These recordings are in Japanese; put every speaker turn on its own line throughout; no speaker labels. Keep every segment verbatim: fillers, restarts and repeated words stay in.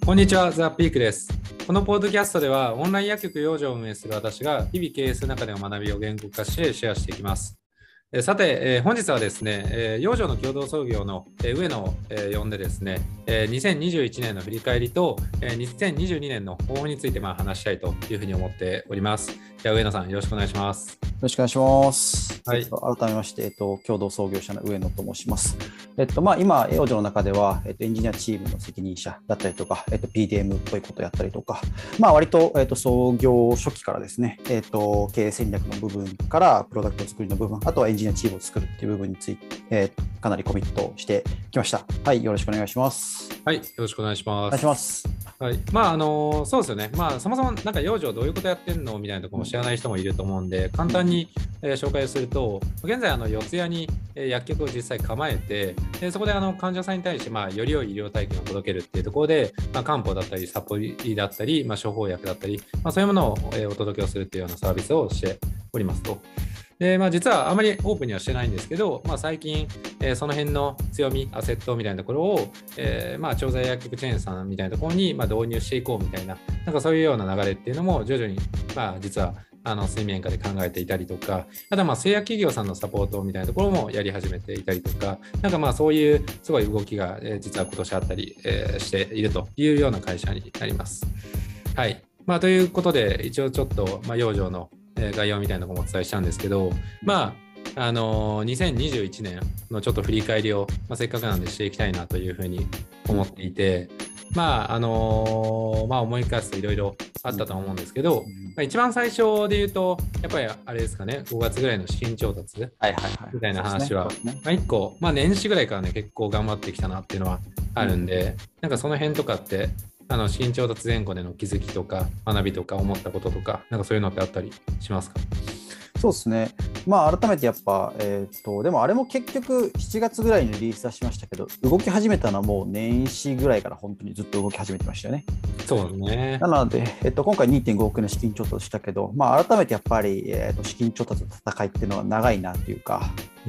こんにちは、ザ・ピークです。このポッドキャストでは、オンライン薬局養生を運営する私が、日々経営する中での学びを言語化してシェアしていきます。えさて、えー、本日はですね、えー、養生の共同創業の、えー、上野を、えー、呼んでですね、えー、にせんにじゅういちねんの振り返りと、えー、にせんにじゅうにねんの抱負についてまあ話したいというふうに思っております。じゃあ上野さん、よろしくお願いします。
よろしくお願いします。
はい、
えっと、改めまして、えっと、共同創業者の上野と申します。えっとまあ、今、養生の中では、えっと、エンジニアチームの責任者だったりとか、えっと、ピーディーエム っぽいことをやったりとか、まあ、割と、えっと、創業初期からですね、えっと、経営戦略の部分からプロダクト作りの部分、あとはエンジニアチームを作るっていう部分について、えー、かなりコミットしてきました。はい、よろしくお願いします。
はい、よろしくお願いします。
お願いします。
はい、まああのそうですよね。まあそもそもなんか養生どういうことやってんのみたいなところも知らない人もいると思うんで、簡単に、えー、紹介をすると、現在あの四谷に、えー、薬局を実際構えて、でそこであの患者さんに対してまあより良い医療体験を届けるっていうところで、まあ、漢方だったりサポリだったり、まあ、処方薬だったり、まあ、そういうものを、えー、お届けをするっていうようなサービスをしておりますと。でまあ、実はあまりオープンにはしてないんですけど、まあ、最近、えー、その辺の強み、アセットみたいなところを、えーまあ、調剤薬局チェーンさんみたいなところに、まあ、導入していこうみたいな、なんかそういうような流れっていうのも徐々に、まあ、実はあの水面下で考えていたりとか、あとはまあ製薬企業さんのサポートみたいなところもやり始めていたりとか、なんかまあそういうすごい動きが、えー、実は今年あったり、えー、しているというような会社になります。はい。まあ、ということで、一応ちょっと、まあ、養生の概要みたいなのもお伝えしたんですけど、まあ、あのー、にせんにじゅういちねんのちょっと振り返りを、まあ、せっかくなんでしていきたいなというふうに思っていて、まあ、あのー、まあ、思い返すといろいろあったと思うんですけど、まあ、一番最初で言うと、やっぱりあれですかね、ごがつぐらいの資金調達みたいな話は、まあ、いっこ、まあ、年始ぐらいからね、結構頑張ってきたなっていうのはあるんで、うん、なんかその辺とかって、あの資金調達前後での気づきとか学びとか思ったこととか、なんかそういうのってあったりしますか？
そうですね。まあ改めてやっぱ、えー、っとでもあれも結局しちがつぐらいにリリースはしましたけど、動き始めたのはもう年始ぐらいから本当にずっと動き始めてましたよね。
そうですね。
なので、えっと、今回 にてんごおくえんの資金調達したけど、まあ改めてやっぱり、えー、っと資金調達の戦いっていうのは長いなっていうか、うん、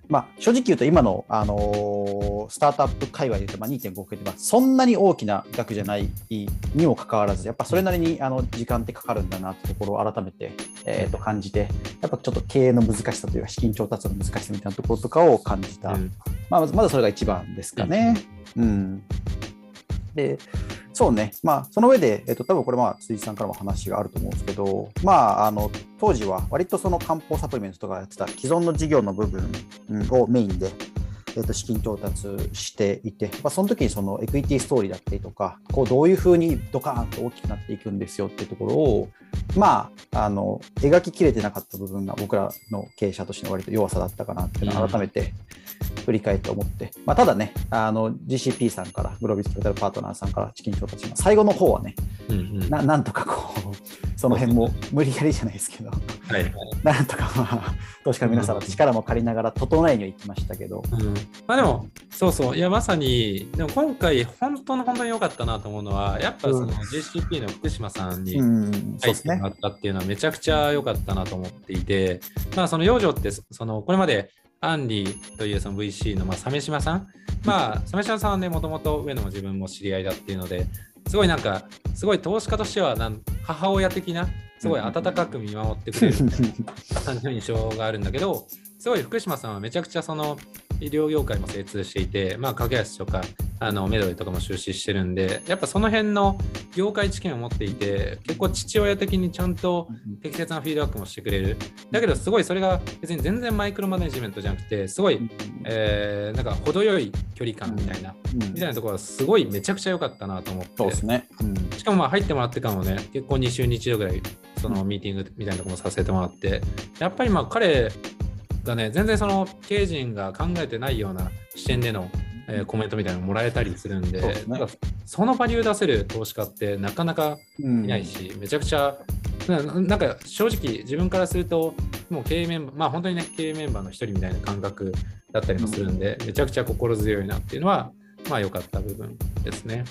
まあ正直言うと今の、あのー、スタートアップ界隈で言うと、まあ、にてんごおくえんって、まあ、そんなに大きな額じゃないにもかかわらず、やっぱそれなりにあの時間ってかかるんだなってところを改めて、えー、っと感じて、やっぱちょっと経営の難しさというか資金調達の難しさみたいなところとかを感じた、うんまあ、まずそれが一番ですかね。うん、うんでそうね、まあ、その上で、えっと、多分これ、まあ、辻さんからも話があると思うんですけど、まあ、あの当時は割とその漢方サプリメントとかやってた既存の事業の部分をメインで、えっと、資金調達していて、まあ、その時にそのエクイティストーリーだったりとか、こうどういうふうにドカーンと大きくなっていくんですよっていうところを、まあ、あの描ききれてなかった部分が僕らの経営者としての割と弱さだったかなっていうのを改めて振り返って思って、まあ、ただね、あの ジーシーピー さんから、グロービスキャピタルパートナーさんから資金調達します。最後の方はね、うんうん、な, なんとかこう、その辺も無理やりじゃないですけど、はいはい、なんとかまあ、投資家の皆さんの力も借りながら整えには行きましたけど。
うん、まあでも、そうそう、いや、まさに、でも今回、本当の本当に良かったなと思うのは、やっぱその ジーシーピー の福島さんに入ってもらったっていうのはめちゃくちゃ良かったなと思っていて、まあその養生って、そのこれまで、アンリーというその ブイシー のまあ鮫島さん、まあ鮫島さんはね、もともと上野も自分も知り合いだっていうので、すごいなんか、すごい投資家としてはなん母親的な、すごい温かく見守ってくれる感じの印象があるんだけど、すごい福島さんはめちゃくちゃその医療業界も精通していて、まあ、駆け足とかあのメドレーとかも出資してるんで、やっぱその辺の業界知見を持っていて、結構父親的にちゃんと適切なフィードバックもしてくれる。だけどすごいそれが別に全然マイクロマネジメントじゃなくて、すごい、えー、なんか程よい距離感みたいな、うん、みたいなところはすごいめちゃくちゃ良かったなと思って。
そうですね。うん、
しかもまあ入ってもらってからもね、結構に週にいちどぐらいそのミーティングみたいなところもさせてもらって、やっぱりまあ彼がね、全然その経営陣が考えてないような視点での、えー、コメントみたいなのもらえたりするんで、そうですね、なんかそのバリュー出せる投資家ってなかなかいないし、うん、めちゃくちゃな、なんか正直自分からするともう経営メンバー、まあ本当にね経営メンバーの一人みたいな感覚だったりもするんで、うん、めちゃくちゃ心強いなっていうのはまあ良かった部分ですね。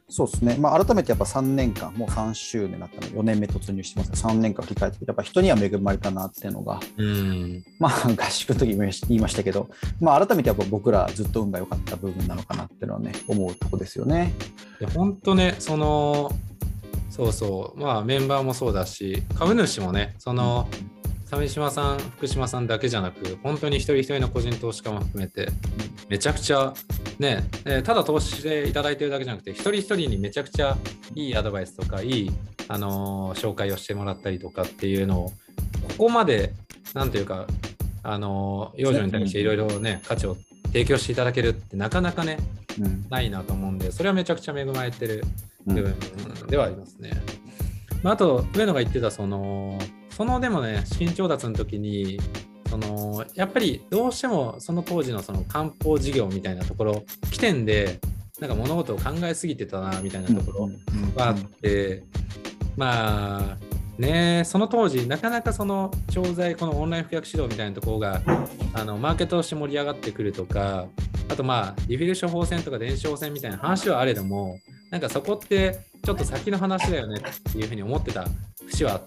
そうですね、まあ、改めてやっぱさんねんかん、もうさんしゅうねんだったので、よねんめ突入してますが、さんねんかん振り返って、やっぱ人には恵まれたなっていうのが、うん、まあ、合宿の時も言いましたけど、まあ、改めてやっぱ僕らずっと運が良かった部分なのかなっていうのはね、思うとこですよね。
いや本当ね、その、そうそう、まあ、メンバーもそうだし、株主もね、その、うん鮫島さん、福島さんだけじゃなく、本当に一人一人の個人投資家も含めて、めちゃくちゃ、ね、ただ投資していただいてるだけじゃなくて、一人一人にめちゃくちゃいいアドバイスとか、いい、あのー、紹介をしてもらったりとかっていうのを、ここまで、なんていうか、あのー、養女に対していろいろね、価値を提供していただけるってなかなかね、うん、ないなと思うんで、それはめちゃくちゃ恵まれてる部分ではありますね。うんまあ、あと、上野が言ってた、その、そのでもね、資金調達の時に、そのやっぱりどうしてもその当時のその漢方事業みたいなところ、起点で、なんか物事を考えすぎてたなみたいなところがあって、まあ、ね、その当時、なかなかその調剤、このオンライン服薬指導みたいなところが、あのマーケットとして盛り上がってくるとか、あとまあ、リフィル処方箋とか電子処方箋みたいな話はあれども、なんかそこってちょっと先の話だよねっていうふうに思ってた節はあって、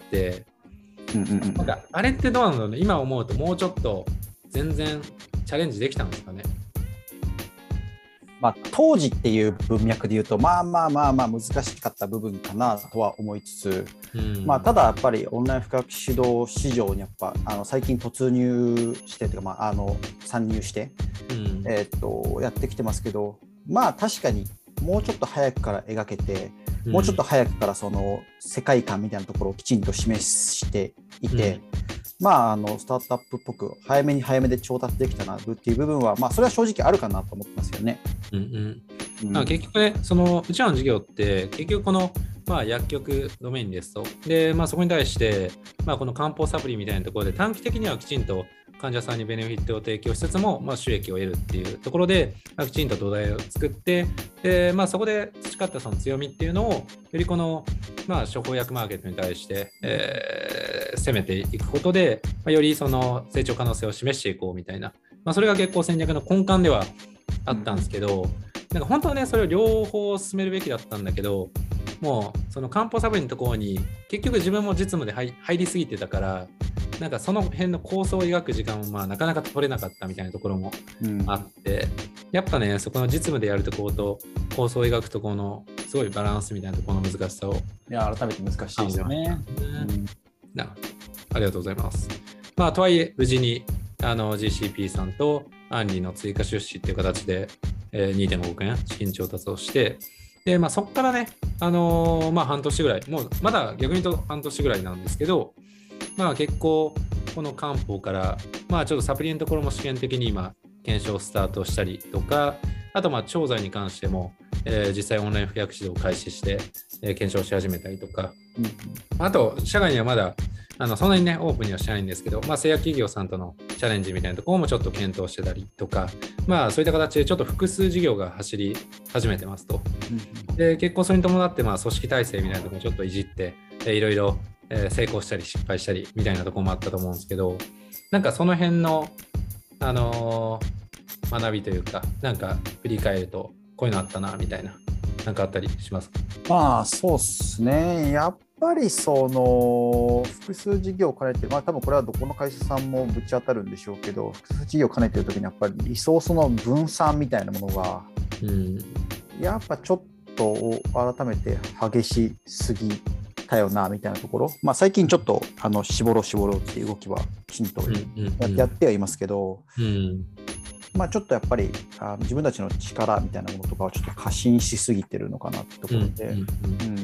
うんうんうん、なんかあれってどうなんだろうね、今思うともうちょっと全然チャレンジできたんですかね。
まあ、当時っていう文脈で言うとまあまあまあまあ難しかった部分かなとは思いつつ、うんまあ、ただやっぱりオンライン服薬指導市場にやっぱあの最近突入してというか、まあ、あの参入して、うんえー、っとやってきてますけど、まあ確かにもうちょっと早くから描けて、うん、もうちょっと早くからその世界観みたいなところをきちんと示していて、うんまあ、あのスタートアップっぽく早めに早めで調達できたなっていう部分は、まあ、それは正直あるかなと思ってますよね。うん
うんうん、結局ね、そのうちらの事業って結局この、まあ、薬局ドメインですと。で、まあ、そこに対して、まあ、この漢方サプリみたいなところで短期的にはきちんと患者さんにベネフィットを提供しつつも、まあ、収益を得るっていうところで、まあ、きちんと土台を作って、でまあ、そこで培ったその強みっていうのをよりこの、まあ、処方薬マーケットに対して、えー、攻めていくことで、まあ、よりその成長可能性を示していこうみたいな、まあ、それが結構戦略の根幹ではあったんですけど、なんか本当はねそれを両方進めるべきだったんだけど、もうその漢方サプリのところに結局自分も実務で入りすぎてたから、なんかその辺の構想を描く時間もまあなかなか取れなかったみたいなところもあって、うん、やっぱねそこの実務でやるところと構想を描くところのすごいバランスみたいなところの難しさを、い
や改めて難しいですよね。
うん、なありがとうございます。まあとはいえ無事にあの ジーシーピー さんとアンリの追加出資っていう形で、えー、にてんごおくえん資金調達をして、でまあ、そこからね、あのーまあ、半年ぐらい、もうまだ逆に言うと半年ぐらいなんですけど、まあ、結構この漢方から、まあ、ちょっとサプリのところも試験的に今検証スタートしたりとか、あとまあ調剤に関しても、えー、実際オンライン服薬指導を開始して、えー、検証し始めたりとか、うん、あと社外にはまだあのそんなにねオープンにはしてないんですけど、まあ、製薬企業さんとのチャレンジみたいなところもちょっと検討してたりとか、まあそういった形でちょっと複数事業が走り始めてますと。で結構それに伴ってまあ組織体制みたいなところをちょっといじっていろいろ成功したり失敗したりみたいなところもあったと思うんですけど、なんかその辺の、あのー、学びというか、なんか振り返るとこういうのあったなみたいな、なんかあったりしますか？
まあそうっすね。やっぱりその複数事業を兼ねて、まあ多分これはどこの会社さんもぶち当たるんでしょうけど、複数事業を兼ねてるときにやっぱりリソースの分散みたいなものが、うん、やっぱちょっと改めて激しすぎたよなみたいなところ、まあ最近ちょっとあの絞ろう絞ろうっていう動きはきちんと や,、うんうん、やってはいますけど、うんまあ、ちょっとやっぱりあ自分たちの力みたいなものとかをちょっと過信しすぎてるのかなってところで、うんうんうん、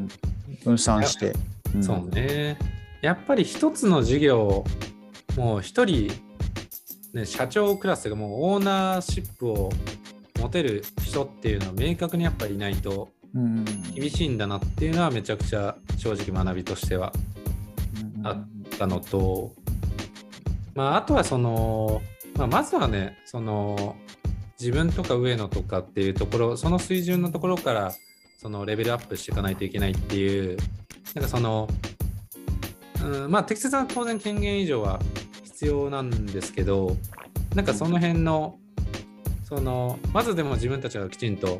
分散して、
うん、そうね。やっぱり一つの事業もう一人、ね、社長クラスがもうオーナーシップを持てる人っていうのは明確にやっぱりいないと厳しいんだなっていうのはめちゃくちゃ正直学びとしてはあったのと、まあ、あとはそのまあ、まずはね、その自分とか上野とかっていうところ、その水準のところからそのレベルアップしていかないといけないっていう、なんかその、うん、まあ適切な当然権限以上は必要なんですけど、なんかその辺の、そのまずでも自分たちがきちんと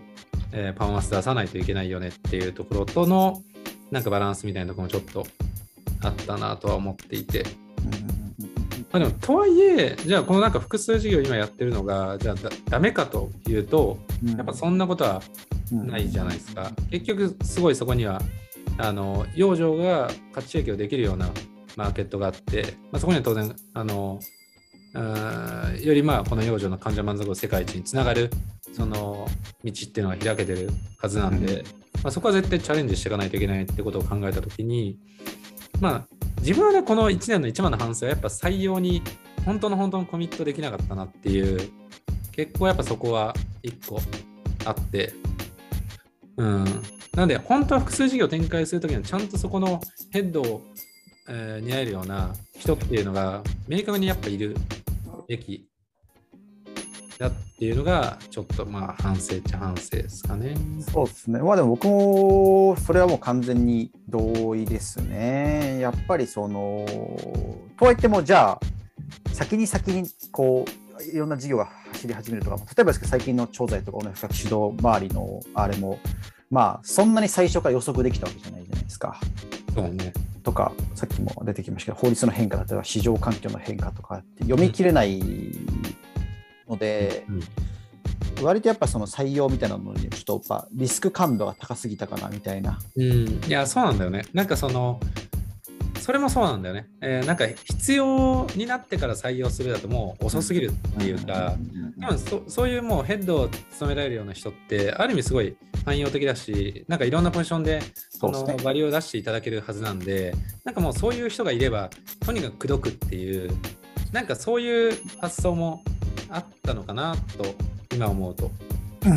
えー、パフォーマンス出さないといけないよねっていうところとのなんかバランスみたいなところもちょっとあったなとは思っていて、まあ、でもとはいえじゃあこのなんか複数事業今やってるのがじゃあだダメかというとやっぱそんなことはないじゃないですか。結局すごいそこにはあの養生が価値提供できるようなマーケットがあって、まあ、そこには当然あのあよりまあこの養生の患者満足度世界一につながるその道っていうのが開けてるはずなんで、まあ、そこは絶対チャレンジしていかないといけないってことを考えたときに、まあ自分はねこのいちねんの一番の反省はやっぱ採用に本当の本当のコミットできなかったなっていう結構やっぱそこはいっこあって、うん、なので本当は複数事業展開するときにはちゃんとそこのヘッドを、えー、担えるような人っていうのが明確にやっぱいるべきだっていうのがちょっとまあ反省っちゃ反省ですかね。
そうですね。まあでも僕もそれはもう完全に同意ですね。やっぱりそのとはいってもじゃあ先に先にこういろんな事業が走り始めるとか、例えばですけど最近の調剤とかの深く指導周りのあれもまあそんなに最初から予測できたわけじゃないじゃないですか。
そうね。
とかさっきも出てきましたけど法律の変化だったり市場環境の変化とかって読み切れないので、うんうん、割とやっぱその採用みたいなのにちょっとやっぱリスク感度が高すぎたかなみたいな。
うん、いやそうなんだよね。なんかそのそれもそうなんだよね、えー、なんか必要になってから採用するだともう遅すぎるっていうか、多分 そ, そういうもうヘッドを務められるような人ってある意味すごい汎用的だし、なんかいろんなポジションでそのバリューを出していただけるはずなんで、なんかもうそういう人がいればとにかく口説くっていうなんかそういう発想もあったのかなと今思うと、
うん、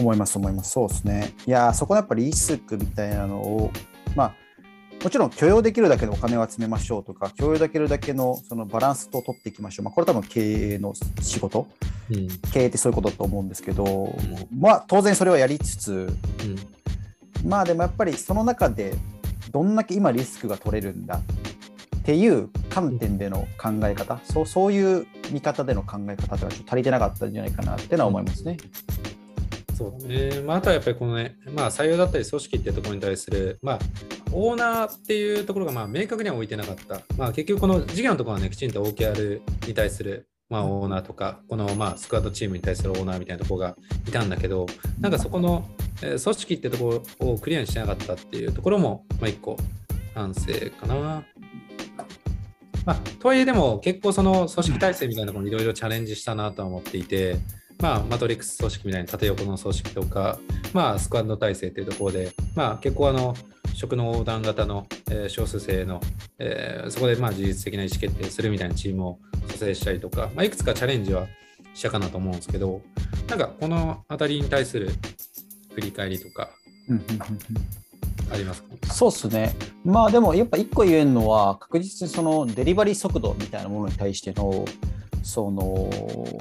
思います思います。そうですね。いやそこのやっぱりリスクみたいなのをまあもちろん許容できるだけのお金を集めましょうとか許容できるだけのそのバランスと取っていきましょう、まあ、これ多分経営の仕事、うん、経営ってそういうことだと思うんですけど、うん、まあ当然それはやりつつ、うん、まあでもやっぱりその中でどんだけ今リスクが取れるんだっていう観点での考え方、うん、そう、そういう見方での考え方ではちょっと足りてなかったんじゃないかなっていうのは思いますね。
うん、そうね。まあ、あとはやっぱりこのね、まあ、採用だったり組織っていうところに対する、まあ、オーナーっていうところがまあ明確には置いてなかった。まあ、結局この事業のところはね、きちんと オーケーアール に対するまあオーナーとか、このまあスクワットチームに対するオーナーみたいなところがいたんだけど、なんかそこの組織ってところをクリアにしなかったっていうところも、まあ一個反省かな。まあ、とはいえでも結構その組織体制みたいなところにいろいろチャレンジしたなとは思っていて、まあ、マトリックス組織みたいな縦横の組織とか、まあ、スクワット体制っていうところで、まあ、結構あの職の横断型の、えー、少数制の、えー、そこでまあ自律的な意思決定するみたいなチームを組成したりとか、まあ、いくつかチャレンジはしたかなと思うんですけど、なんかこのあたりに対する振り返りとかありますか？
そうですね。まあでもやっぱ一個言えるのは確実にそのデリバリー速度みたいなものに対してのその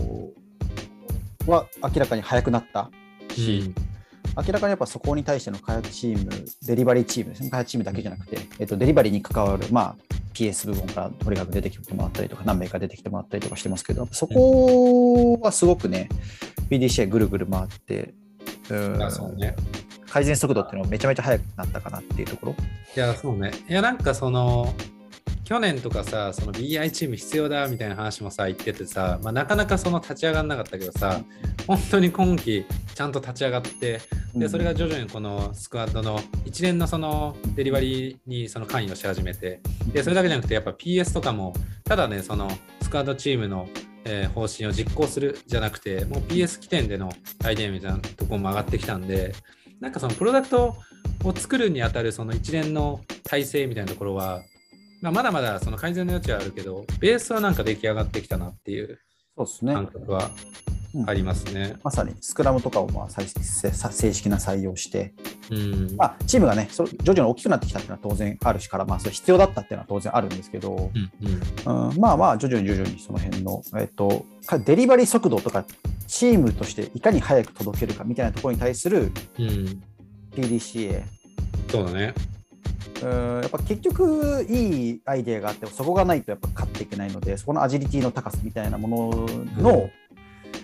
は明らかに速くなったし、うん、明らかにやっぱそこに対しての開発チーム、デリバリーチームですね、開発チームだけじゃなくて、えっと、デリバリーに関わる、まあ、ピーエス 部門からとにかく出てきてもらったりとか、何名か出てきてもらったりとかしてますけど、そこはすごくね、ピーディーシーアイ ぐるぐる回って、うん、そうね、改善速度っていうのはめちゃめちゃ速くなったかなっていうところ。
いや、そうね。いや、なんかその、去年とかさ、その ビーアイ チーム必要だみたいな話もさ言っててさ、まあ、なかなかその立ち上がらなかったけどさ、本当に今期ちゃんと立ち上がって、でそれが徐々にこのスクワットの一連のそのデリバリーにその関与し始めて、でそれだけじゃなくてやっぱ ピーエス とかもただね、そのスクワットチームのえー、方針を実行するじゃなくて、もう ピーエス 起点でのアイデアみたいなところも上がってきたんで、なんかそのプロダクトを作るにあたるその一連の体制みたいなところは、まあ、まだまだその改善の余地はあるけど、ベースはなんか出来上がってきたなっていう感覚はありますね。
うん、まさにスクラムとかをまあ正式な採用して、
うん
まあ、チームがね、徐々に大きくなってきたっていうのは当然あるしから、まあ、それ必要だったっていうのは当然あるんですけど、うんうんうん、まあまあ徐々に徐々にその辺の、えっと、デリバリー速度とかチームとしていかに早く届けるかみたいなところに対する ピーディーシーエー、
うん、そうだね。
うんやっぱ結局いいアイデアがあってもそこがないとやっぱ勝っていけないので、そこのアジリティの高さみたいなものの、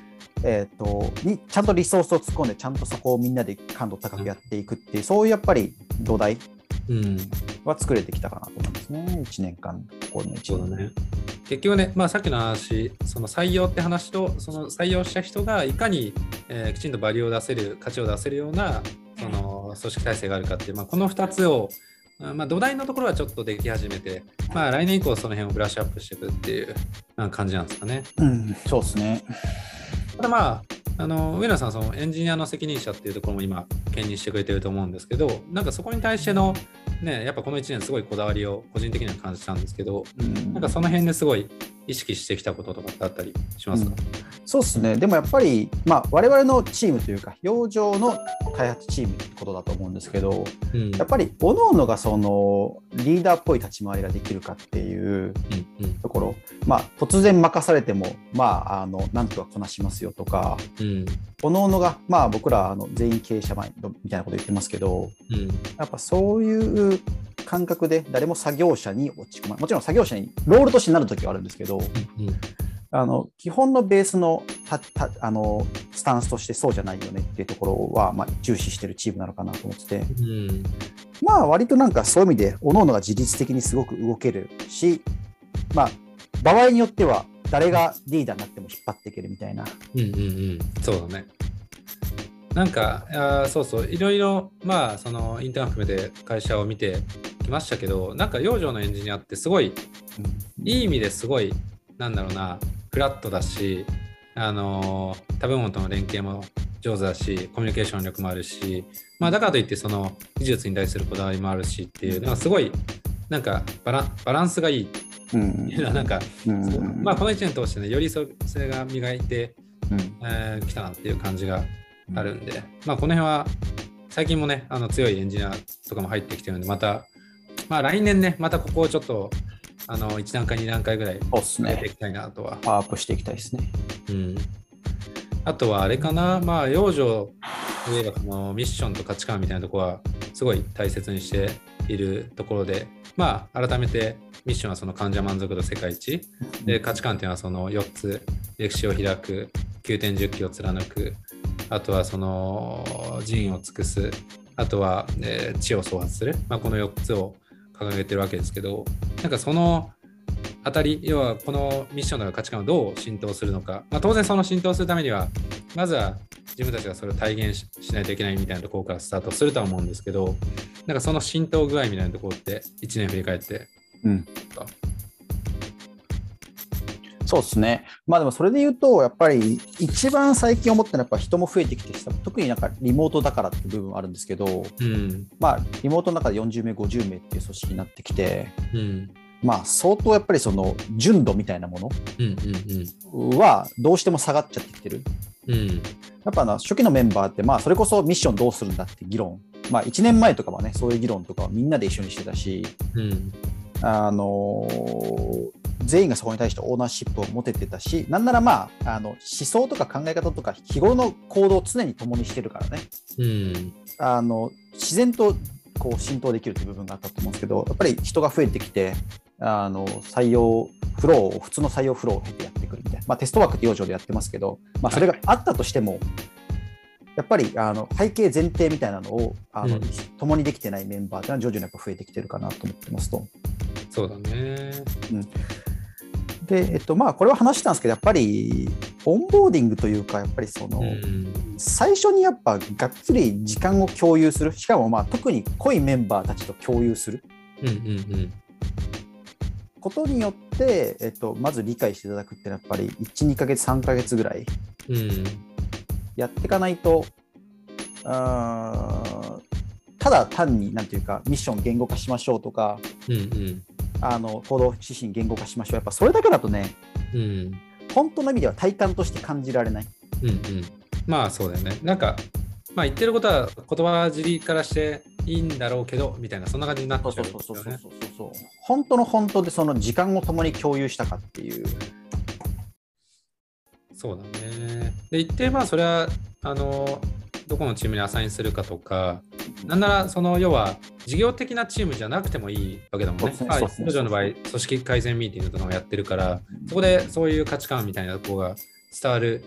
えー、とにちゃんとリソースを突っ込んでちゃんとそこをみんなで感度高くやっていくっていう、そういうやっぱり土台は作れてきたかなと思いますね、いちねんかん、ここのいちねん。
そうだね。結局ね、まあ、さっきの話、その採用って話と、その採用した人がいかに、えー、きちんとバリューを出せる、価値を出せるようなその組織体制があるかっていう、まあ、このふたつを、まあ、土台のところはちょっとでき始めて、まあ、来年以降その辺をブラッシュアップしていくっていう感じなんですかね。
うん、そうですね。
ただまあ、あの上野さんはそのエンジニアの責任者っていうところも今兼任してくれてると思うんですけど、なんかそこに対してのね、やっぱこのいちねんすごいこだわりを個人的には感じたんですけど、うん、なんかその辺ですごい意識してきたこととかってあったりしますか？うん、
そうですね。でもやっぱり、まあ、我々のチームというか養生の開発チームってことだと思うんですけど、うん、やっぱり各々がそのリーダーっぽい立ち回りができるかっていうところ、うんうん、まあ、突然任されても、まあ、あのなんとかこなしますよとか、うん、各々が、まあ、僕らあの全員経営者マインドみたいなこと言ってますけど、うん、やっぱそういう感覚で誰も作業者に落ち込まない、もちろん作業者にロールとしてなるときはあるんですけど、うんうん、あの基本のベースのたたあのスタンスとしてそうじゃないよねっていうところは、まあ、重視してるチームなのかなと思ってて、うん、まあ割となんかそういう意味で各々が自律的にすごく動けるし、まあ場合によっては誰がリーダーになっても引っ張っていけるみたいな。
うんうんうん、そうだね。なんかあそうそういろいろまあそのインターン含めて会社を見てきましたけど、なんか養生のエンジニアってすごい、うん、いい意味ですごいなんだろうなフラットだし、あの食べ物との連携も上手だし、コミュニケーション力もあるし、まあだからといってその技術に対するこだわりもあるしっていうのはすごいなんかバラ、バランスがいいっていうのはなんか、うんうん、まあこのいちねん通してねよりそれが磨いてき、うんえー、たなっていう感じがあるんで、まあこの辺は最近もねあの強いエンジニアとかも入ってきてるんで、またまあ来年ねまたここをちょっとあのいち段階に段階ぐらい上げていきたいなとは、
パワーアップしていきたいですね。
うん、あとはあれかな、まあ養生といえばこのミッションと価値観みたいなところはすごい大切にしているところで、まあ改めてミッションはその患者満足度世界一で、価値観っていうのはそのよっつ、歴史を開く、きゅうてんじゅっきを貫く、あとはその人を尽くす、あとは、えー、知を創発する、まあ、このよっつを掲げてるわけですけど、なんかそのあたり、要はこのミッションの価値観をどう浸透するのか、まあ、当然その浸透するためにはまずは自分たちがそれを体現 し, しないといけないみたいなところからスタートするとは思うんですけど、なんかその浸透具合みたいなところっていちねん振り返って、うん、
そうですね。まあでもそれで言うとやっぱり一番最近思ったのはやっぱ人も増えてきて、特になんかリモートだからっていう部分はあるんですけど、うん、まあリモートの中でよんじゅうめいごじゅうめいっていう組織になってきて、うん、まあ相当やっぱりその純度みたいなものはどうしても下がっちゃってきてる。うん、やっぱな初期のメンバーってまあそれこそミッションどうするんだって議論、まあいちねんまえとかはねそういう議論とかはみんなで一緒にしてたし、うん、あのー、全員がそこに対してオーナーシップを持ててたし、なんならまあ、あの思想とか考え方とか日頃の行動を常に共にしてるからね、うん、あの自然とこう浸透できるという部分があったと思うんですけど、やっぱり人が増えてきてあの採用フローを普通の採用フローを経てやってくるみたいな、まあ、テストワークって養生でやってますけど、まあ、それがあったとしても、はい、やっぱりあの背景前提みたいなのをあの、うん、共にできてないメンバーというのは徐々にやっぱ増えてきてるかなと思ってますと。
そうだね、
うん、で、えっとまあ、これは話したんですけど、やっぱりオンボーディングというか、やっぱりその、うん、最初にやっぱがっつり時間を共有する、しかもまあ特に濃いメンバーたちと共有する、うんうんうん、ことによって、えっと、まず理解していただくっていうのはやっぱりいち、にかげつ、さんかげつぐらいやっていかないと、うん、あただ単になんていうかミッション言語化しましょうとか、うんうん、あの行動指針言語化しましょう、やっぱそれだけだとね、うん、本当の意味では体感として感じられない、
うんうん、まあそうだよね。なんか、まあ、言ってることは言葉尻からしていいんだろうけどみたいな、そんな感じになっちゃうんですよね。
本当の本当でその時間を共に共有したかっていう。
そうだね。で一定まあそれはあのどこのチームにアサインするかとか、なんならその要は事業的なチームじゃなくてもいいわけだもんね。はい、工場の場合組織改善ミーティングとかもやってるから、そこでそういう価値観みたいなところが伝わる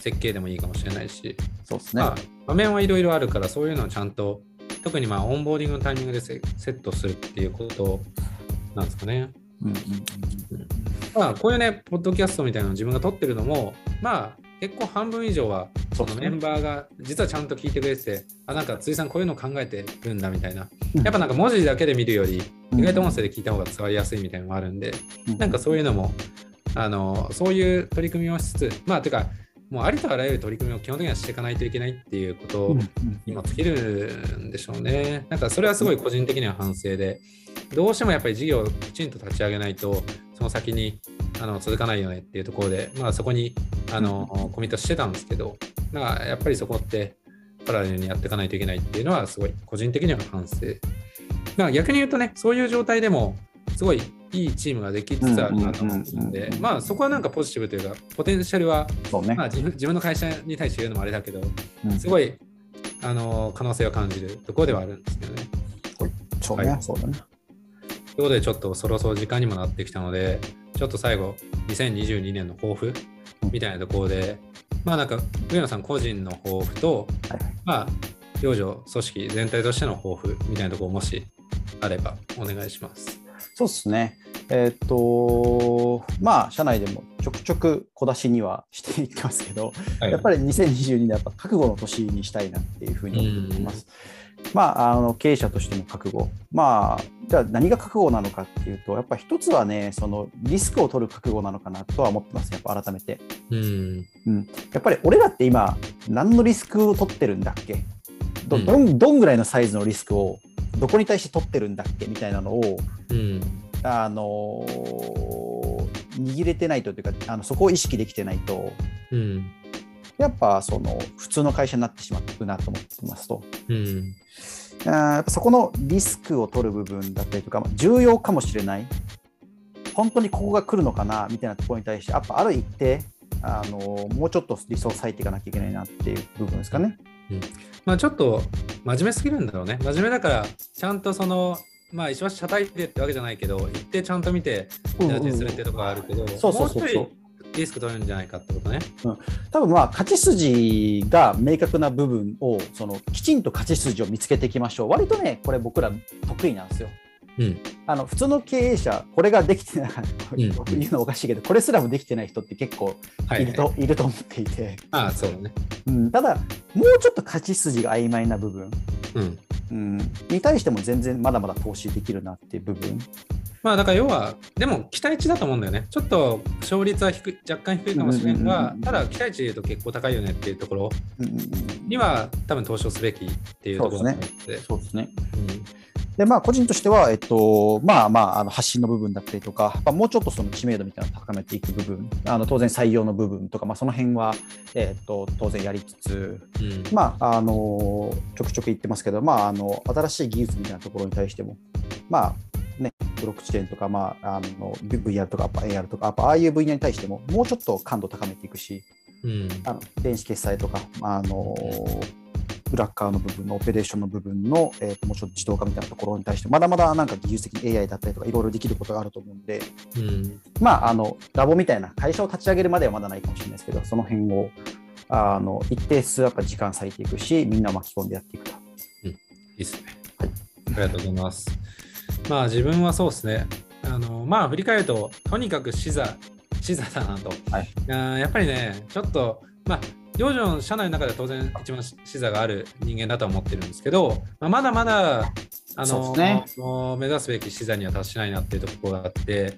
設計でもいいかもしれないし、
そうですね。
まあ、場面はいろいろあるから、そういうのをちゃんと、特にまあオンボーディングのタイミングでセットするっていうことなんですかね。うんうんうんうん、まあ、こういうね、ポッドキャストみたいなのを自分が撮ってるのも、まあ、結構半分以上は、そのメンバーが実はちゃんと聞いてくれてて、あ、なんか辻さんこういうの考えてるんだみたいな。やっぱなんか文字だけで見るより、意外と音声で聞いた方が伝わりやすいみたいなのもあるんで、なんかそういうのも、あの、そういう取り組みをしつつ、まあ、てか、もうありとあらゆる取り組みを基本的にはしていかないといけないっていうことにも尽きるんでしょうね。なんかそれはすごい個人的には反省で、どうしてもやっぱり事業をきちんと立ち上げないと、その先にあの続かないよねっていうところで、まあそこにあのコミットしてたんですけど、なんかやっぱりそこってパラレルにやっていかないといけないっていうのはすごい個人的には反省。まあ逆に言うとね、そういう状態でもすごいいいチームができつつあるなと思うので、まあそこはなんかポジティブというか、ポテンシャルは、ね、まあ、自分、自分の会社に対して言うのもあれだけど、すごいあの可能性を感じるところではあるんですけどね。
そうね、はい、そうだね。
ということでちょっとそろそろ時間にもなってきたので、ちょっと最後にせんにじゅうにねんの抱負みたいなところで、まあなんか上野さん個人の抱負と、はい、まあ養生組織全体としての抱負みたいなところもしあればお願いします。
そうですね。えー、っとまあ社内でもちょくちょく小出しにはしていってますけど、はい、やっぱりにせんにじゅうにねんやっぱ覚悟の年にしたいなっていうふうに思っています。まあ、あの経営者としても覚悟、まあ、じゃあ何が覚悟なのかっていうと、やっぱ一つはね、そのリスクを取る覚悟なのかなとは思ってますね、やっぱ改めて。うんうん、やっぱり俺らって今、何のリスクを取ってるんだっけ ど, ど, んどんぐらいのサイズのリスクをどこに対して取ってるんだっけみたいなのを、うん、あの握れてないとというか、あのそこを意識できてないと、うん、やっぱその普通の会社になってしまうなと思ってますと、うん、あやっぱそこのリスクを取る部分だったりとか、重要かもしれない、本当にここが来るのかなみたいなところに対して、やっぱある一定あのもうちょっとリソース割いていかなきゃいけないなっていう部分ですかね。
うんまあ、ちょっと真面目すぎるんだろうね。真面目だからちゃんとそのまあ石橋社体でってわけじゃないけど、一定ちゃんと見てジャッジするっていうところがあるけど、もうちょいリスク取れるんじゃないかってことね。
うん、多分まあ勝ち筋が明確な部分をそのきちんと勝ち筋を見つけていきましょう。割とねこれ僕ら得意なんですよ。うん、あの普通の経営者これができてないというのはおかしいけど、これすらもできてない人って結構いると、はいはい、いると思っていて、
ああそうね、
うん、ただもうちょっと勝ち筋が曖昧な部分、うんうん、に対しても全然まだまだ投資できるなっていう部分。
まあだから要はでも期待値だと思うんだよね。ちょっと勝率は低い、若干低いかもしれんが、ただ期待値で言うと結構高いよねっていうところには多分投資をすべきっていうところだと思って。
そうですね。でまあ、個人としては、えっとまあまあ、あの発信の部分だったりとか、まあ、もうちょっとその知名度みたいなのを高めていく部分、あの当然採用の部分とか、まあ、その辺は、えっと当然やりつつ、うんまあ、あのちょくちょく言ってますけど、まあ、あの新しい技術みたいなところに対しても、まあね、ブロックチェーンとか、まあ、あの ブイアール とか エーアール とか、ああいう分野に対してももうちょっと感度高めていくし、うん、あの電子決済とか、あの裏側の部分のオペレーションの部分の、えー、ともうちょっと自動化みたいなところに対してまだまだなんか技術的に エーアイ だったりとかいろいろできることがあると思うんで、うん、まああのラボみたいな会社を立ち上げるまではまだないかもしれないですけど、その辺をあの一定数やっぱ時間割いていくし、みんな巻き込んでやっていくと、
うん、いいですね、はい、ありがとうございます。まあ自分はそうですね、あのまあ振り返るととにかく視座視座だなと、はい、あやっぱりねちょっとまあ養生の社内の中では当然一番視座がある人間だとは思ってるんですけど、まあ、まだまだあの、ね、目指すべき視座には達しないなっていうところがあって、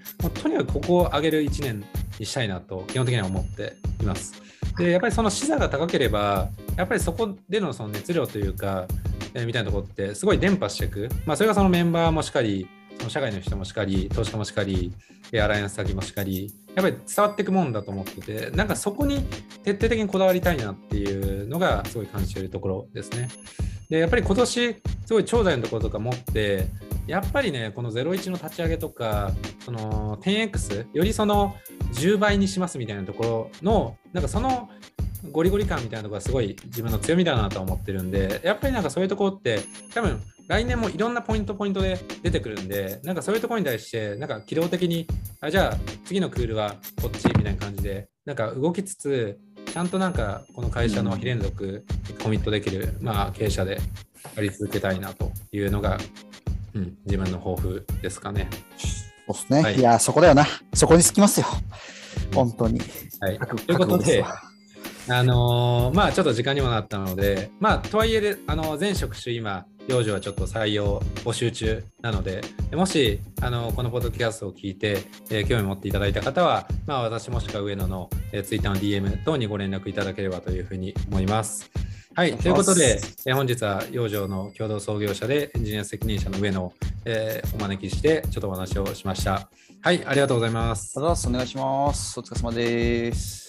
もうとにかくここを上げるいちねんにしたいなと基本的には思っています。でやっぱりその視座が高ければやっぱりそこでのその熱量というか、えー、みたいなところってすごい伝播していく、まあ、それがそのメンバーもしかり、その社外の人もしかり、投資家もしかり、アライアンス先もしかり、やっぱり伝わっていくもんだと思ってて、なんかそこに徹底的にこだわりたいなっていうのがすごい感じているところですね。でやっぱり今年すごい長大のところとか持って、やっぱりねこのゼロイチの立ち上げとか、その テンエックス よりそのじゅうばいにしますみたいなところのなんかそのゴリゴリ感みたいなところがすごい自分の強みだなと思ってるんで、やっぱりなんかそういうところって多分来年もいろんなポイントポイントで出てくるんで、なんかそういうところに対してなんか機動的にあじゃあ次のクールはこっちみたいな感じでなんか動きつつ、 ちゃんとなんかこの会社の非連続コミットできる、まあ、経営者でやり続けたいなというのが、うん、自分の抱負ですかね。
そうですね。はい、いや、そこだよな。そこにつきますよ。本当に。
はい、ということで、あのー、まあちょっと時間にもなったので、まあとはいえ、あの全職種今、幼女はちょっと採用募集中なので、もしあのこのポッドキャストを聞いて、えー、興味を持っていただいた方は、まあ、私もしくは上野の、えー、Twitter の ディーエム 等にご連絡いただければというふうに思います。はい、ということで、えー、本日は養生の共同創業者でエンジニア責任者の上野を、えー、お招きしてちょっとお話をしました。はい、ありがとうございます。
ありがとうございます。お願いします。お疲れ様です。